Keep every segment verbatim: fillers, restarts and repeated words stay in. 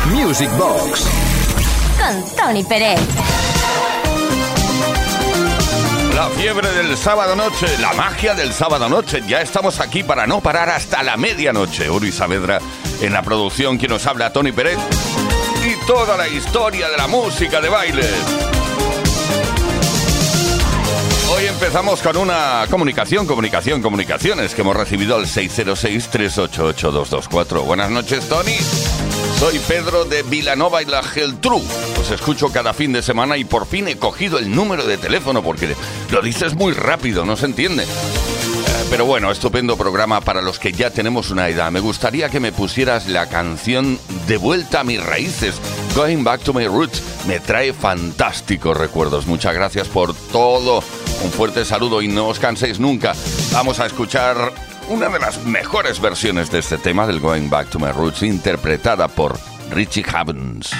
Music Box con Tony Pérez. La fiebre del sábado noche, la magia del sábado noche. Ya estamos aquí para no parar hasta la medianoche. Uri Saavedra en la producción, quien nos habla, Tony Pérez. Y toda la historia de la música de baile. Hoy empezamos con una comunicación, comunicación, comunicaciones que hemos recibido al seis cero seis, tres ocho ocho, dos dos cuatro. Buenas noches, Tony. Soy Pedro de Vilanova y la Geltrú. Os escucho cada fin de semana y por fin he cogido el número de teléfono porque lo dices muy rápido, no se entiende. Eh, pero bueno, estupendo programa para los que ya tenemos una edad. Me gustaría que me pusieras la canción De vuelta a mis raíces, Going Back to My Roots. Me trae fantásticos recuerdos. Muchas gracias por todo. Un fuerte saludo y no os canséis nunca. Vamos a escuchar una de las mejores versiones de este tema, del Going Back to My Roots, interpretada por Richie Havens.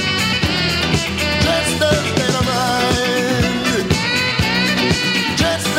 Just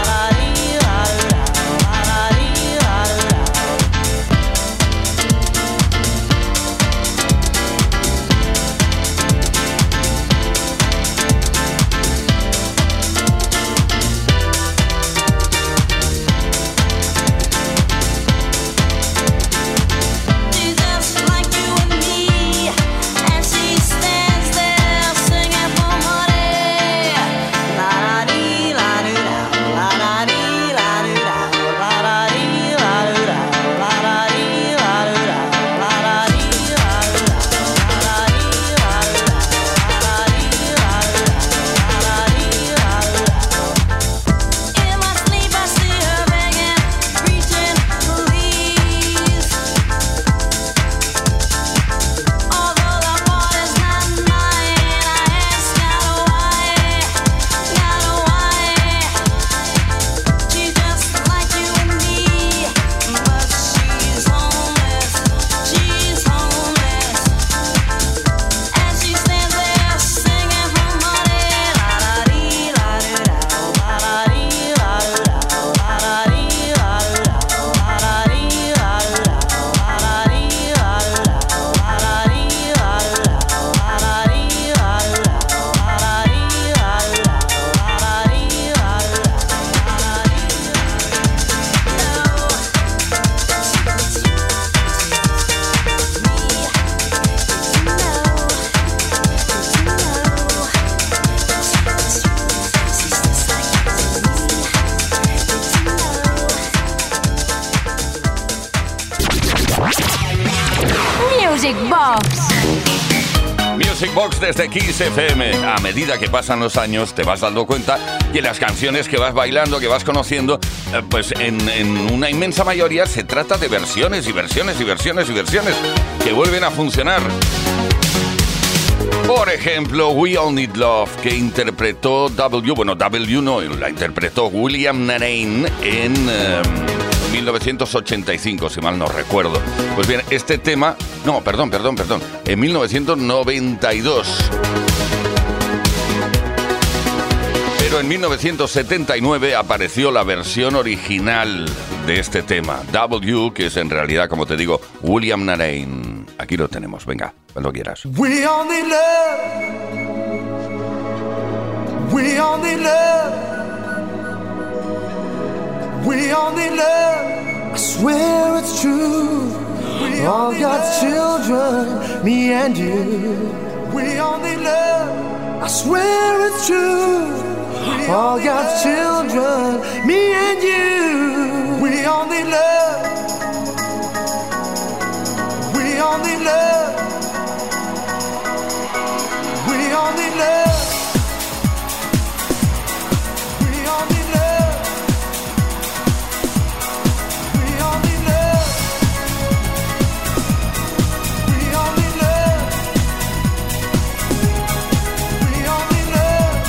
Music Box. Music Box desde Kiss F M. A medida que pasan los años te vas dando cuenta que las canciones que vas bailando, que vas conociendo, eh, pues en, en una inmensa mayoría se trata de versiones y versiones y versiones y versiones que vuelven a funcionar. Por ejemplo, We All Need Love, que interpretó W, bueno, W no, la interpretó William Narain en eh, mil novecientos ochenta y cinco, si mal no recuerdo. Pues bien, este tema, no, perdón, perdón, perdón, en mil novecientos noventa y dos. Pero en mil novecientos setenta y nueve apareció la versión original de este tema, W, que es en realidad, como te digo, William Narain. Aquí lo tenemos, venga, cuando quieras. We only love, we only love, we only love, I swear it's true. We all God's children, me and you. We only love, I swear it's true. All God's children, me and you. We only love, we only love, we only love, we only love, we only love, we only love, we only love.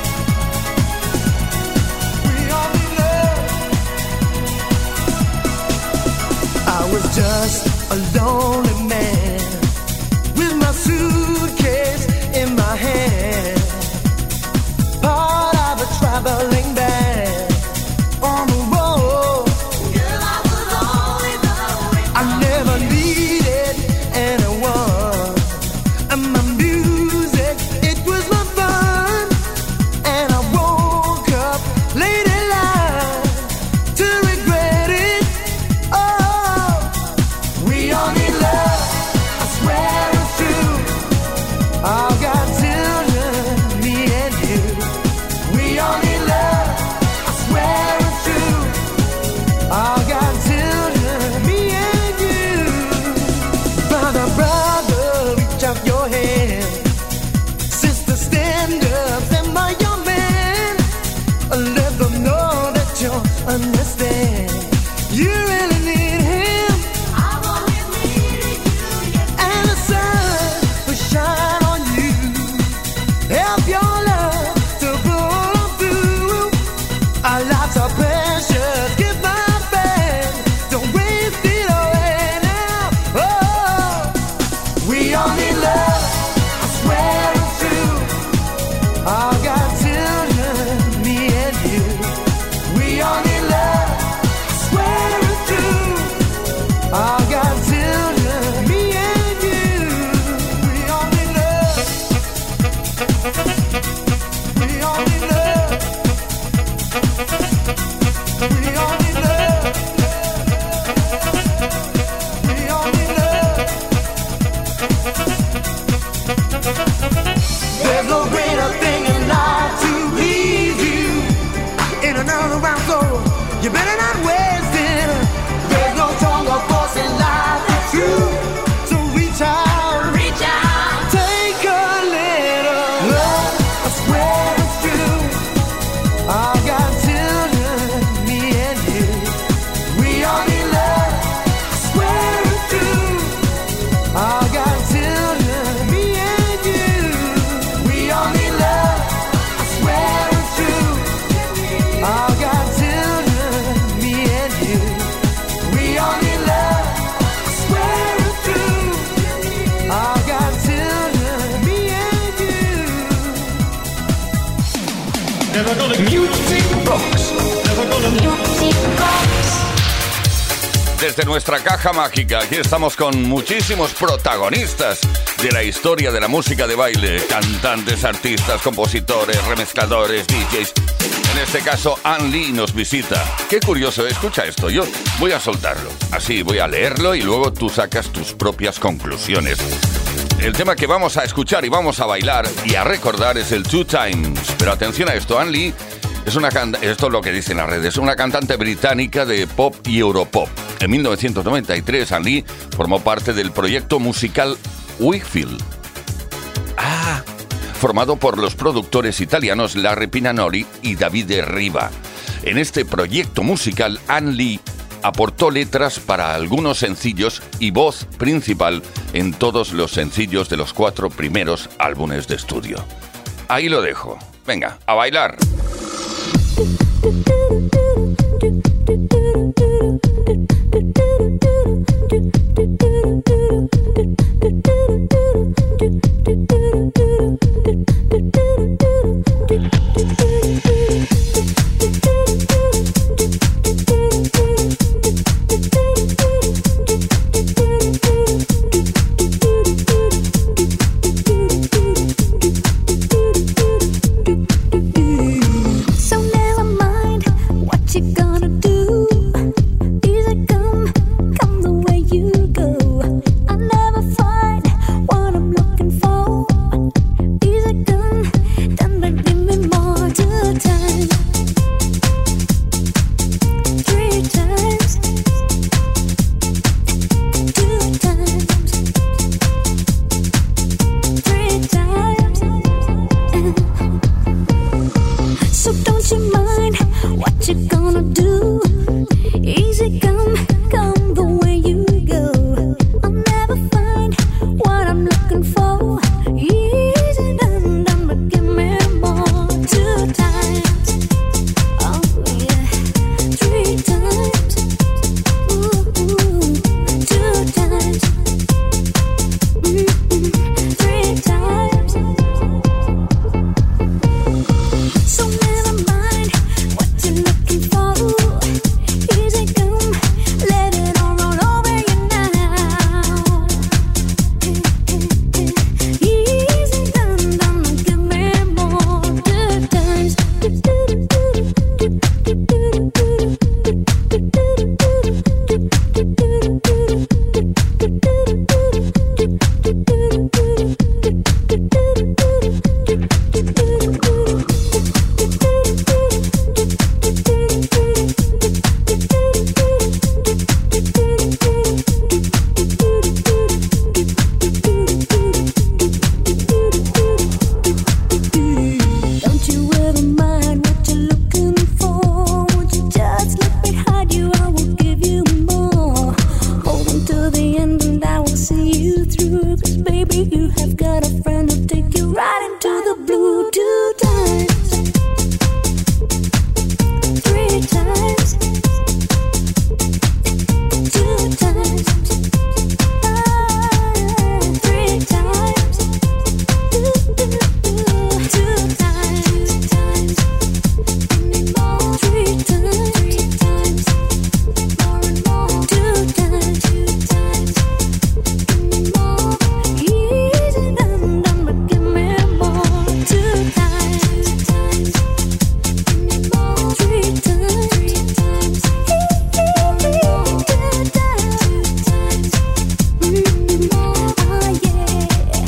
I was just a lonely man with my suitcase in my hand, part of a traveling band on the road. Girl, I was only the I never needed anyone, and my music, it was my fun, and I woke up late in life to regret it. Oh, we only love, I swear it's true. All got children, me and you. We only love, I swear it's true. All got children, me and you. Brother, brother, reach out your hand. Sister, stand up, stand by your man. Let them know that you understand. You really need him. I've always needed you, yes. And the sun will shine on you. Help your love to pull through. Our lives are precious. Give my best. Don't waste it away now. Oh, we only love, I swear it's true. All got children, me and you. We only love, I swear it's true. All got children, me and you. We only love, we only love, we only love, we only love. There's no greater thing in life to please you. In another round, so you better not waste it. There's no stronger force in life than you. So reach out, reach out, take a little love. I swear it's true. All got children, me and you. We only love, I swear it's true. All got children, me and you. We only love, I swear it's true. All got children, me and you. We only love, I swear it's true. All got children, me and you. Music Box. Music Box. Desde nuestra caja mágica, aquí estamos con muchísimos protagonistas de la historia de la música de baile. Cantantes, artistas, compositores, remezcladores, D Js. En este caso, Ann Lee nos visita. Qué curioso, escucha esto. Yo voy a soltarlo. Así, voy a leerlo y luego tú sacas tus propias conclusiones. El tema que vamos a escuchar y vamos a bailar y a recordar es el Two Times. Pero atención a esto, Ann Lee es una can- esto es lo que dicen las redes, una cantante británica de pop y europop. En mil novecientos noventa y tres, Ann Lee formó parte del proyecto musical Wakefield. Ah, formado por los productores italianos Larry Pinanoli y Davide Riva. En este proyecto musical, Ann Lee aportó letras para algunos sencillos y voz principal en todos los sencillos de los cuatro primeros álbumes de estudio. Ahí lo dejo. Venga, a bailar. Thank you. the end and I will see you through. 'Cause baby, you have got a friend who'll take you right into the blue. Two times, three times, two times, ah, three times, do, do, do, two times, two times, anymore, three times, three times, more and more, two times, two times, anymore, easy done, done, but give me more, two times, two times, anymore, three times, three times, anymore, two times, two times, anymore, ah yeah,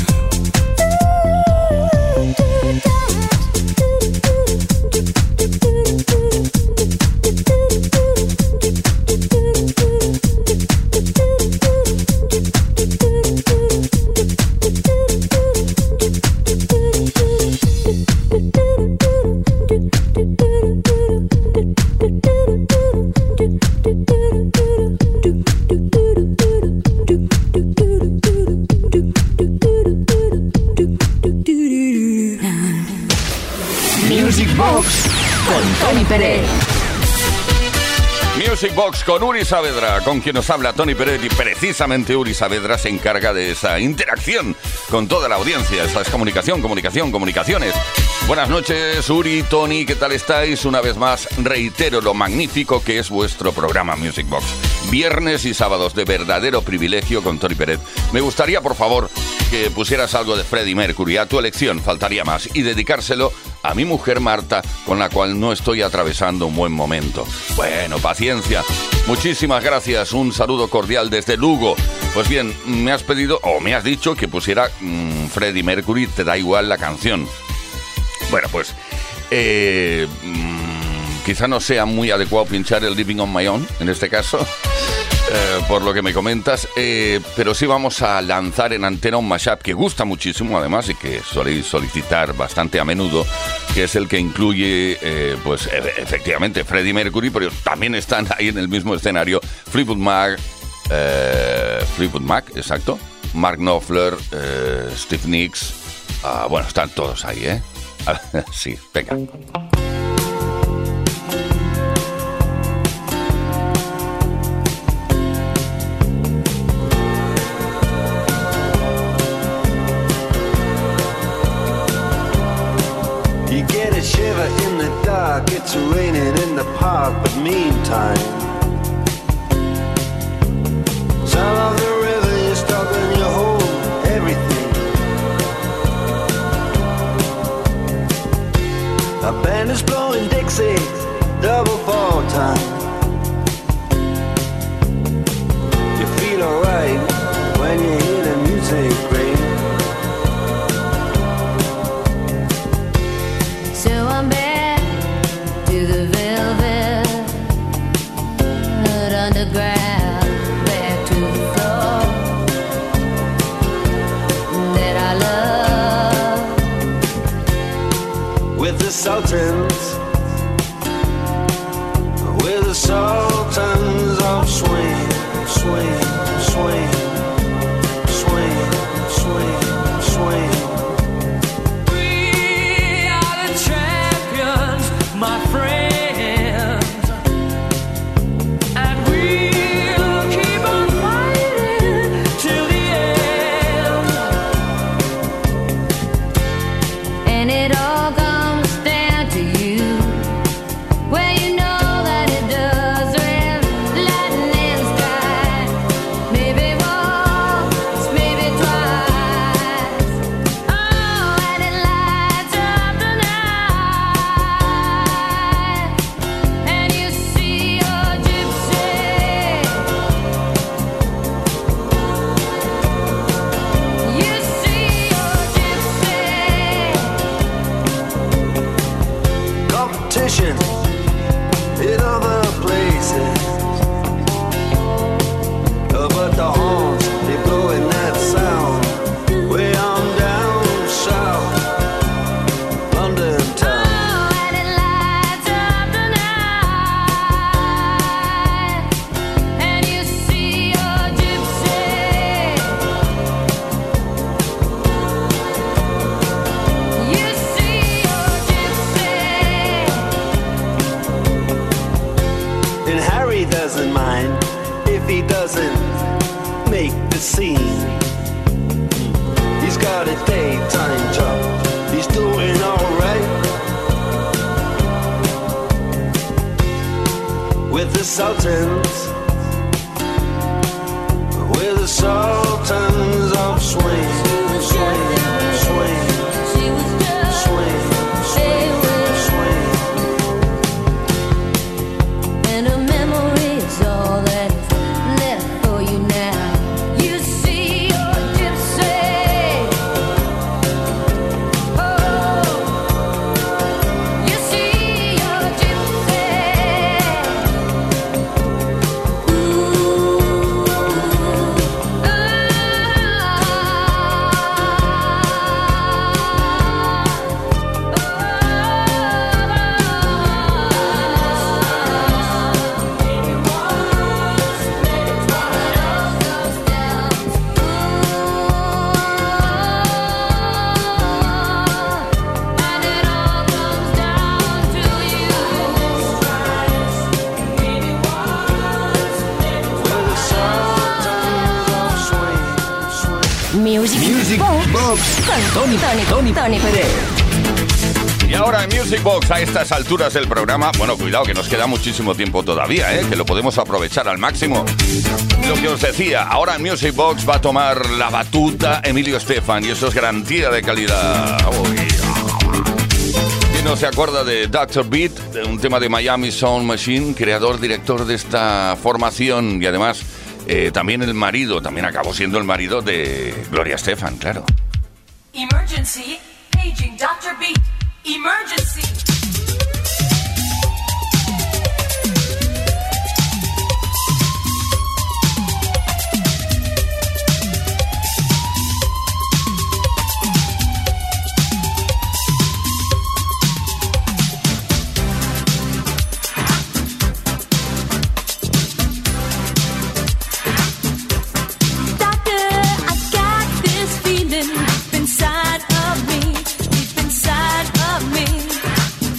Music Box con Tony Pérez. Music Box con Uri Saavedra, con quien nos habla Tony Pérez, y precisamente Uri Saavedra se encarga de esa interacción con toda la audiencia. Esta es comunicación, comunicación, comunicaciones. Buenas noches, Uri, Tony, ¿qué tal estáis? Una vez más, reitero lo magnífico que es vuestro programa Music Box. Viernes y sábados de verdadero privilegio con Tony Pérez. Me gustaría, por favor, que pusieras algo de Freddie Mercury, a tu elección, faltaría más, y dedicárselo a mi mujer Marta, con la cual no estoy atravesando un buen momento. Bueno, paciencia. Muchísimas gracias, un saludo cordial desde Lugo. Pues bien, me has pedido, o me has dicho, que pusiera mmm, Freddie Mercury, te da igual la canción. Bueno, pues eh, mmm, quizá no sea muy adecuado pinchar el Living on My Own, en este caso, eh, por lo que me comentas, eh, pero sí vamos a lanzar en antena un mashup que gusta muchísimo, además, y que soléis solicitar bastante a menudo, que es el que incluye, eh, pues, e- efectivamente, Freddie Mercury, pero también están ahí en el mismo escenario Fleetwood Mac, eh, Fleetwood Mac, exacto, Mark Knopfler, eh, Steve Nicks, ah, bueno, están todos ahí, ¿eh? Sí, venga. You get a shiver in the dark, it's raining in the park, but meantime, sound of the river, you're stuck and you hold everything. A band is blowing Dixie, double fall time. You feel alright when you hear the music ring. So I'm back to the velvet underground, back to the floor that I love. With the Sultans, with the Sultans of swing, swing, swing, swing, swing, swing. We are the champions, my friends, and we'll keep on fighting till the end. And it all comes down to you. fake the scene. He's got a daytime job, he's doing alright. With the Sultans, with the Sultans of swing, swing, swing, swing, swing, swing. And a memory is all that is left for you now. You see your gypsy. Oh, you see your gypsy. Ooh, ah, and it all comes down to you. With the Sultans of swing, swing. Music, Music Box con Tony, Tony, Tony, Tony Pérez. Y ahora en Music Box, a estas alturas del programa, bueno, cuidado que nos queda muchísimo tiempo todavía, ¿eh? Que lo podemos aprovechar al máximo. Lo que os decía, ahora en Music Box va a tomar la batuta Emilio Estefan y eso es garantía de calidad. Uy. ¿Quién no se acuerda de doctor Beat, de un tema de Miami Sound Machine, creador, director de esta formación y además eh, también el marido, también acabó siendo el marido de Gloria Estefan, claro. Emergency, paging doctor Beat. Emergency. Doctor, I got this feeling deep inside of me, deep inside of me.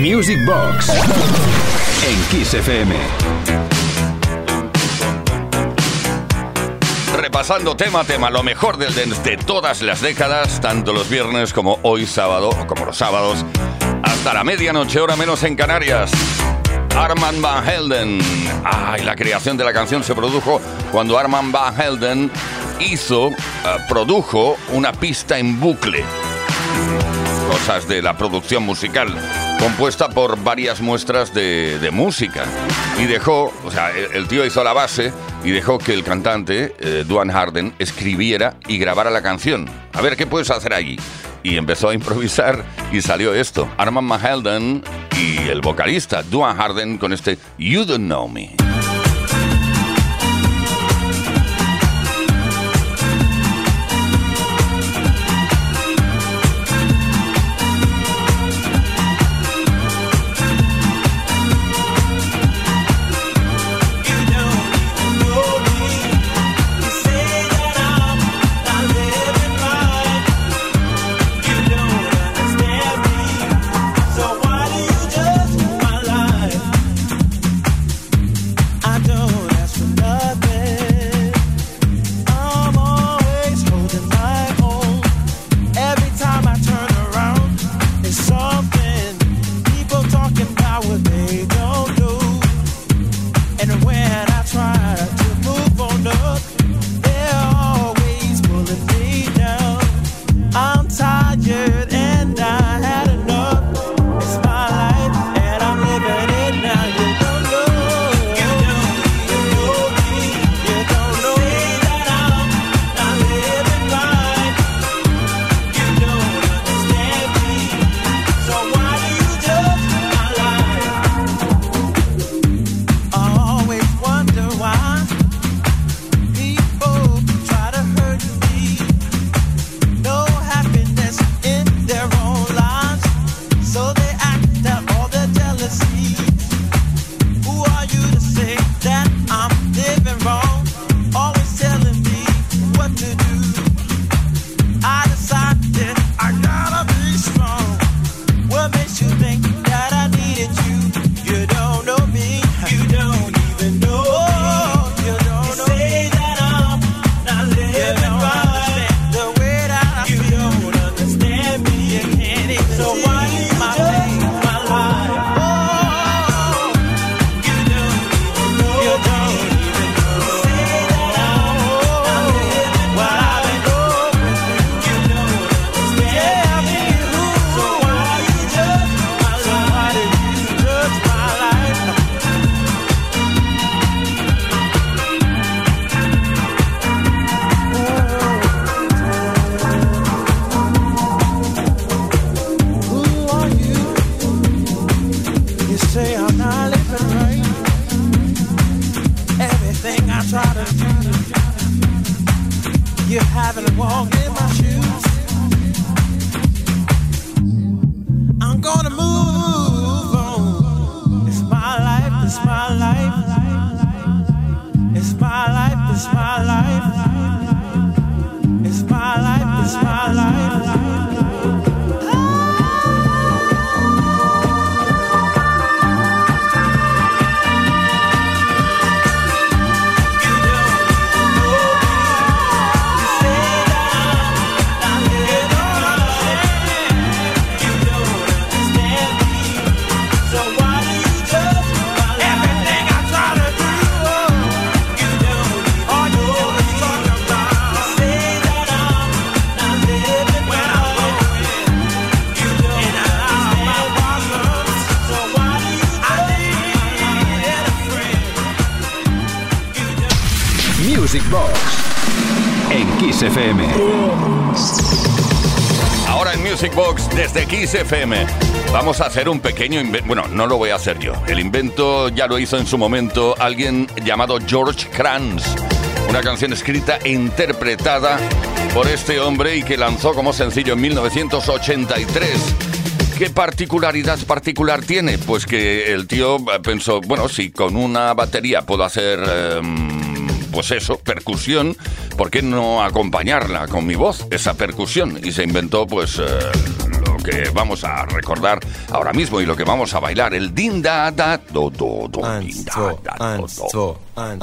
Music Box en Kiss F M. Repasando tema a tema lo mejor del dance de todas las décadas, tanto los viernes como hoy sábado, o como los sábados, hasta la medianoche, hora menos en Canarias. Armand Van Helden. Ay, la creación de la canción se produjo cuando Armand Van Helden hizo, uh, produjo una pista en bucle. Cosas de la producción musical, compuesta por varias muestras de, de música. Y dejó, o sea, el, el tío hizo la base y dejó que el cantante, eh, Duane Harden, escribiera y grabara la canción. A ver, ¿qué puedes hacer allí? Y empezó a improvisar y salió esto. Armand Van Helden y el vocalista Duane Harden con este You Don't Know Me. Music Box en Kiss F M. Ahora en Music Box desde Kiss F M vamos a hacer un pequeño invento. Bueno, no lo voy a hacer yo. El invento ya lo hizo en su momento alguien llamado George Kranz. Una canción escrita e interpretada por este hombre y que lanzó como sencillo en mil novecientos ochenta y tres. ¿Qué particularidad particular tiene? Pues que el tío pensó, bueno, si con una batería puedo hacer, eh, pues eso, percusión, ¿por qué no acompañarla con mi voz, esa percusión? Y se inventó, pues, eh, lo que vamos a recordar ahora mismo y lo que vamos a bailar, el din da da do do do din da da do do.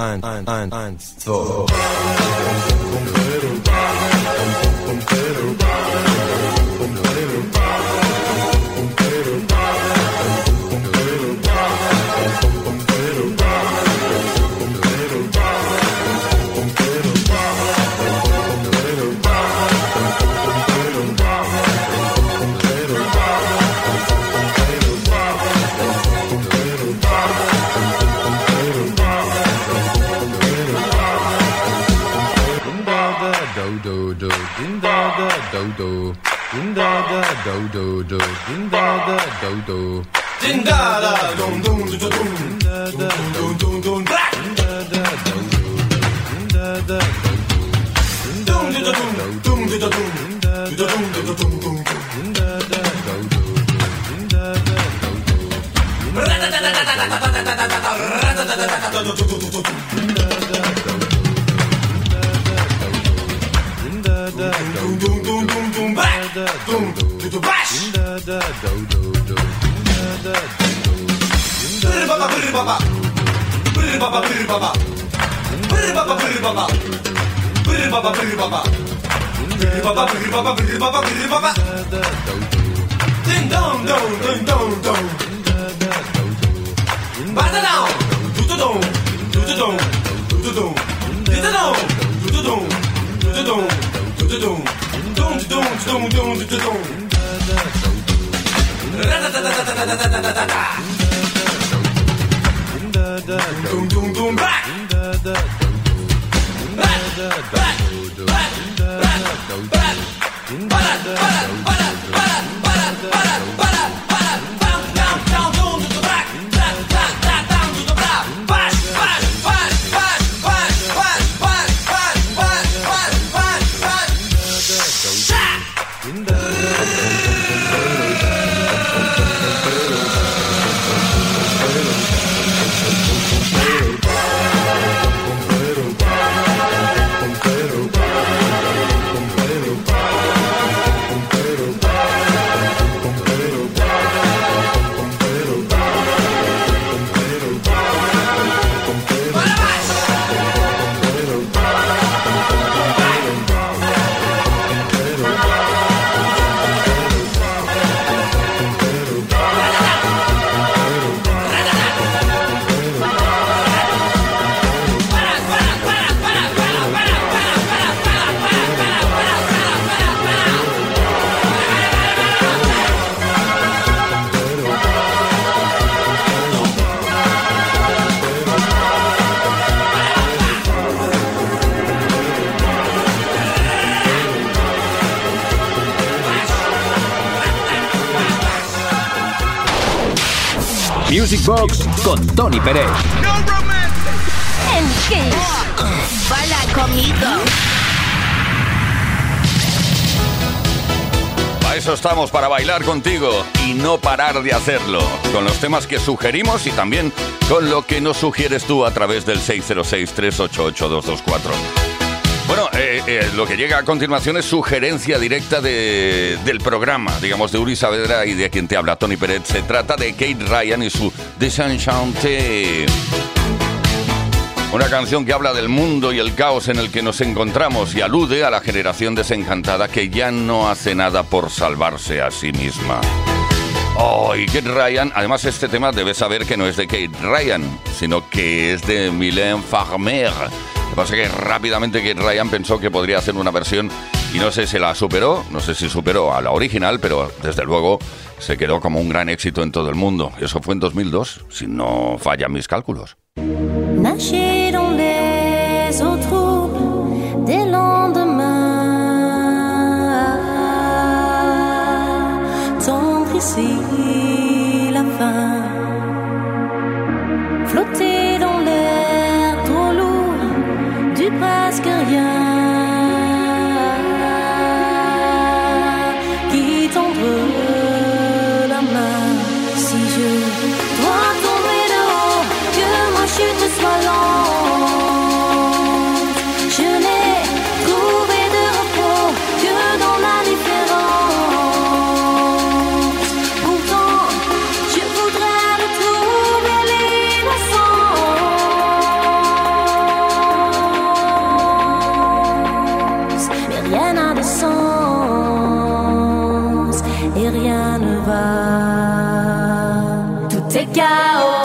do do din da da do do din da da do do do din da da do do din da da dum dum dum dum dum dum dum black din da da do do din da da do dum dum dum dum dum dum dum dum dum din da da do do din da da do do Dum dum dum dum dum back dum dum bash da da do do do da da do brr baba brr baba brr baba brr baba brr baba brr baba brr baba brr baba brr baba brr baba brr baba brr baba ding dong dong ding dong dong ba da dong du du dong du du dong du du dong du du dong du du dong du du dong dum dum dum dum dum dum dum dum dum dum back back back back back Music Box con Tony Pérez. No en Kiss. Baila conmigo. Para eso estamos, para bailar contigo y no parar de hacerlo. Con los temas que sugerimos y también con lo que nos sugieres tú a través del seis cero seis, tres ocho ocho, dos dos cuatro. Bueno, eh, eh, lo que llega a continuación es sugerencia directa de, del programa, digamos, de Uri Saavedra y de quien te habla, Tony Pérez. Se trata de Kate Ryan y su Desenchanté. Una canción que habla del mundo y el caos en el que nos encontramos y alude a la generación desencantada que ya no hace nada por salvarse a sí misma. Oh, y Kate Ryan, además este tema debes saber que no es de Kate Ryan, sino que es de Mylène Farmer. Lo que pasa es que rápidamente Kate Ryan pensó que podría hacer una versión y no sé si la superó, no sé si superó a la original, pero desde luego se quedó como un gran éxito en todo el mundo. Eso fue en dos mil dos, si no fallan mis cálculos. Nager dans les eaux troubles des lendemains, tendre ici la fin, flotter dans l'air trop lourd du presque rien, qui tendre la main si je dois tomber de haut, que ma chute soit lente. chaos.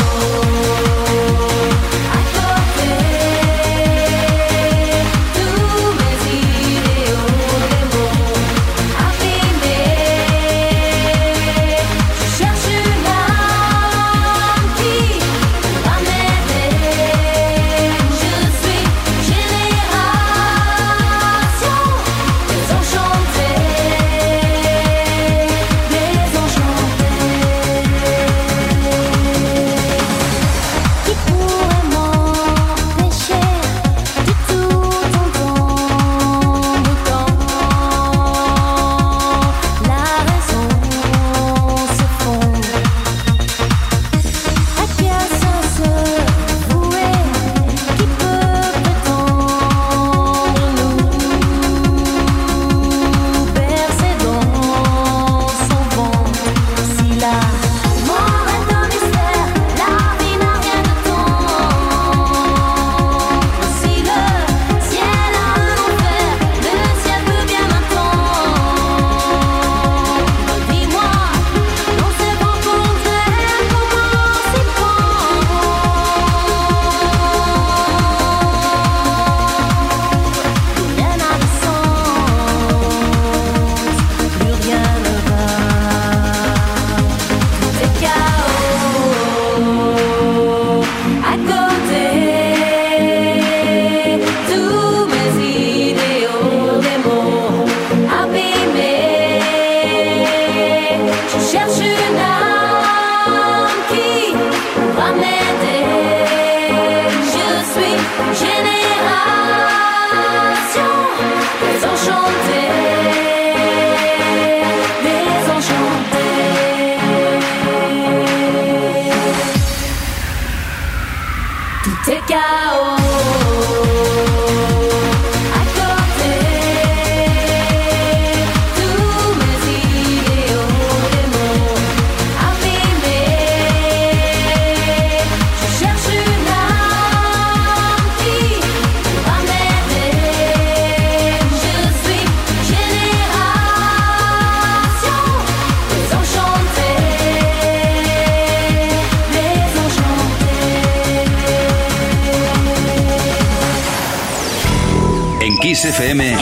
Kiss F M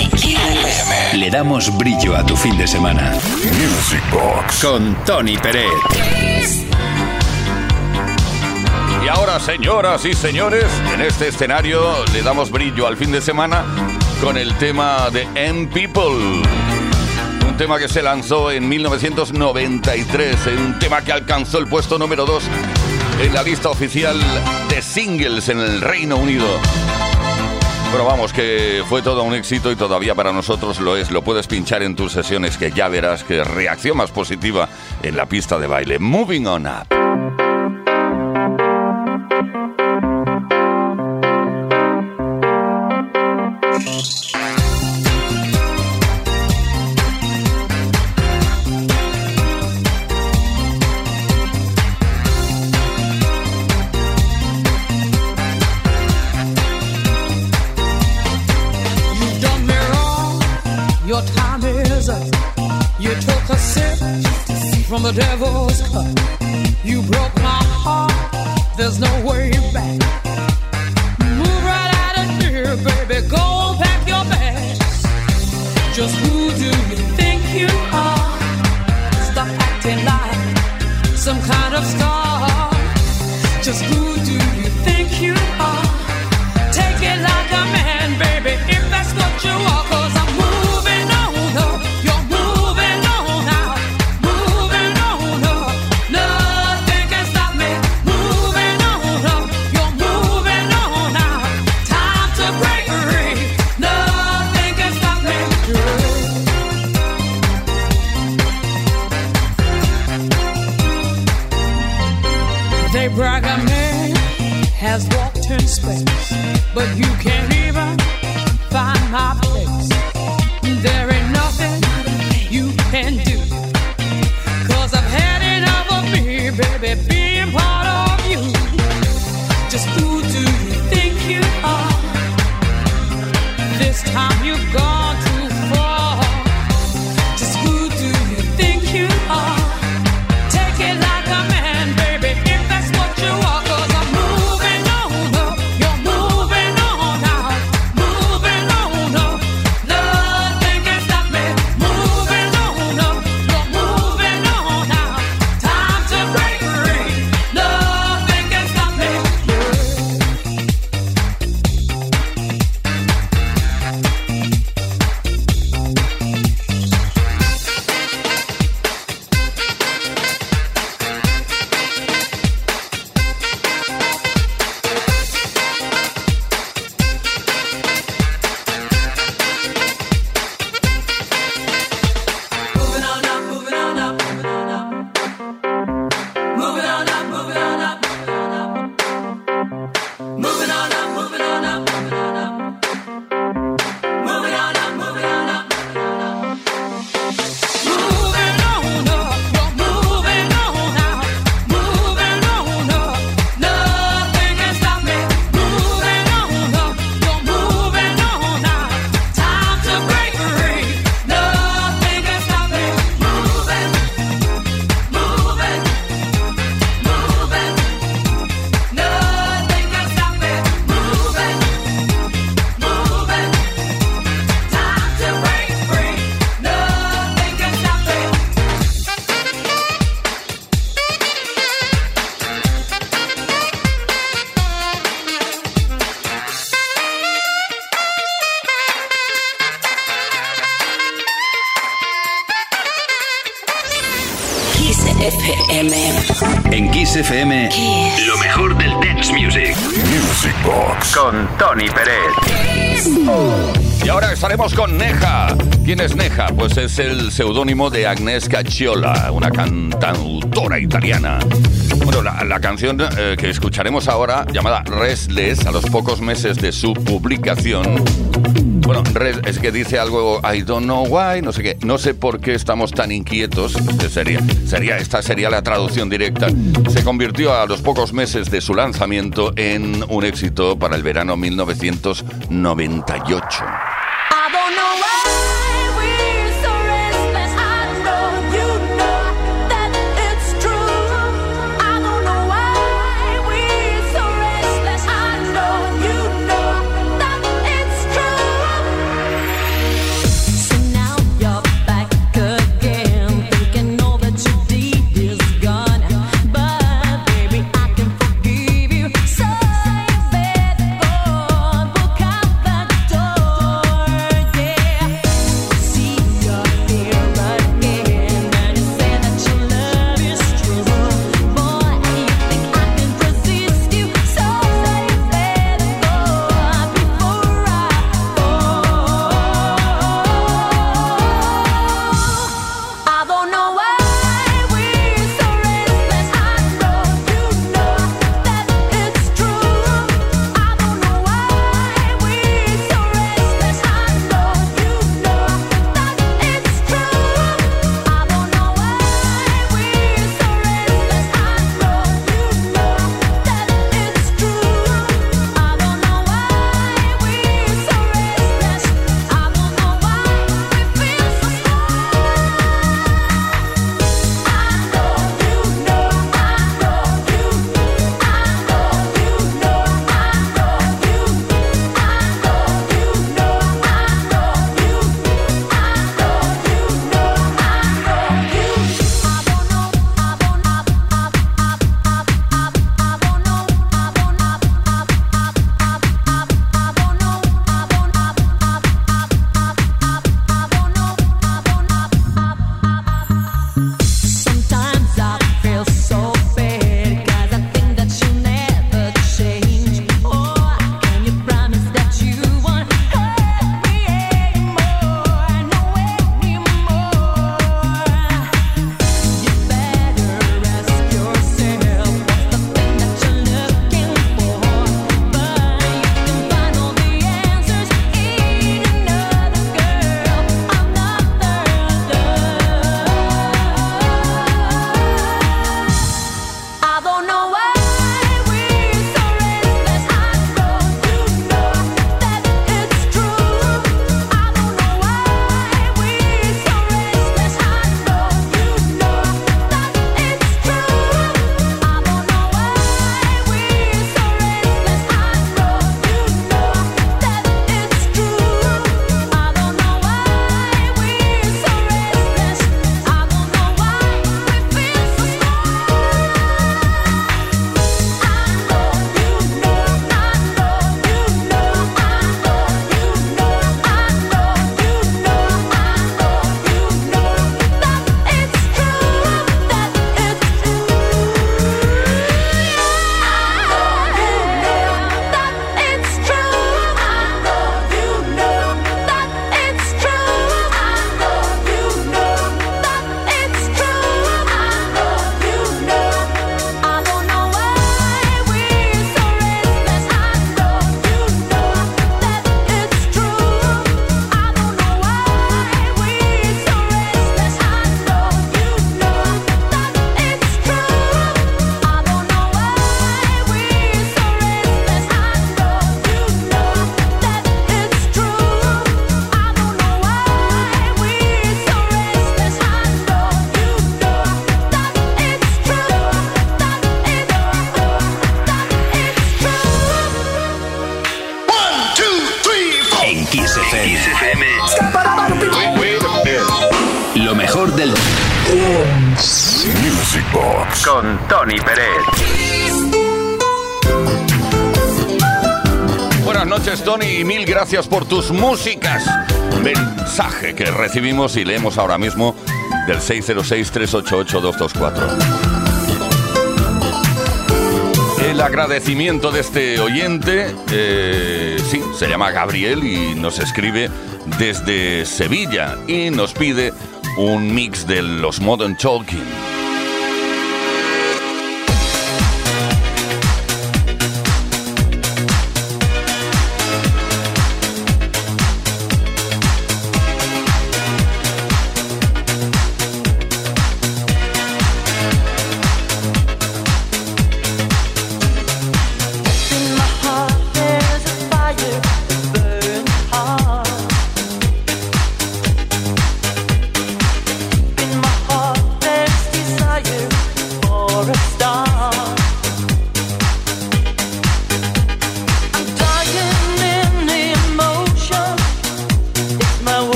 le damos brillo a tu fin de semana. Music Box con Tony Pérez. Y ahora, señoras y señores, en este escenario le damos brillo al fin de semana con el tema de M People. Un tema que se lanzó en mil novecientos noventa y tres, un tema que alcanzó el puesto número dos en la lista oficial de singles en el Reino Unido. Bueno, vamos, que fue todo un éxito y todavía para nosotros lo es. Lo puedes pinchar en tus sesiones, que ya verás que reacción más positiva en la pista de baile. Moving on up. Your time is up. You took a sip from the devil's cup. You broke my heart. There's no way back. Move right out of here, baby. Go pack your bags. Just who do you think you are? Stop acting like some kind of star. Just who do you think you are? Take it like a man, baby, if that's what you are. 'Cause I'm moving on up. You're moving on out. Moving on up. Nothing can stop me. Moving on up. You're moving on out. Time to break free. Nothing can stop me. They brag a man has walked in space, but you can't even find my place. There ain't nothing you can do, 'cause I've had enough of me, baby, being part of you. Just who do you think you are? This time you've gone too far. Just who do you think you are? Take it like a man, baby, F M, lo mejor del dance music. Music Box Con Tony Pérez. Y ahora estaremos con Neja. ¿Quién es Neja? Pues es el seudónimo de Agnieszka Chiola, una cantautora italiana. Bueno, la, la canción eh, que escucharemos ahora, llamada Restless, a los pocos meses de su publicación. Bueno, es que dice algo, I don't know why, no sé qué, no sé por qué estamos tan inquietos, sería, sería, esta sería la traducción directa. Se convirtió a los pocos meses de su lanzamiento en un éxito para el verano mil novecientos noventa y ocho. I don't know why we're so restless. I know you know that it's true. I don't know why we're so restless. I know you know that it's true. So now you're back again, thinking all that you did is gone. But baby, I can forgive you. So you better go, look out that door. Yeah. See you're here again, and you say that your love is true. Boy, you think I can resist you? So you better go before I fall. I don't know why we're so restless. I know you know that it's true. I don't know why we're so restless. I know you know that it's true. I don't know why we're so restless. I know you know that it's true. I don't know why we're so restless. I don't know why we feel so Sometimes I feel so bad, 'cause I think that you'll never change. Oh, can you promise that you won't hurt me anymore? No anymore. You better ask yourself what's the thing that you're looking for. But you can find all the answers in another girl, another love. I don't know why we're so restless. I know you know that it's true. I don't know why we're so restless. I know you know that it's true. I don't know why we're so restless. I know you know that it's true. I don't know why we're so restless. I don't know why we feel so En Kiss F M. Lo mejor del Music Box con Tony Pérez. Buenas noches, Tony, y mil gracias por tus músicas. Mensaje que recibimos y leemos ahora mismo del seis cero seis, tres ocho ocho, dos dos cuatro. el agradecimiento de este oyente. Eh, sí, se llama Gabriel y nos escribe desde Sevilla y nos pide un mix de los Modern Talking.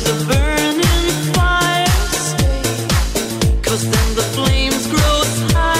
Cause then the flames grow high.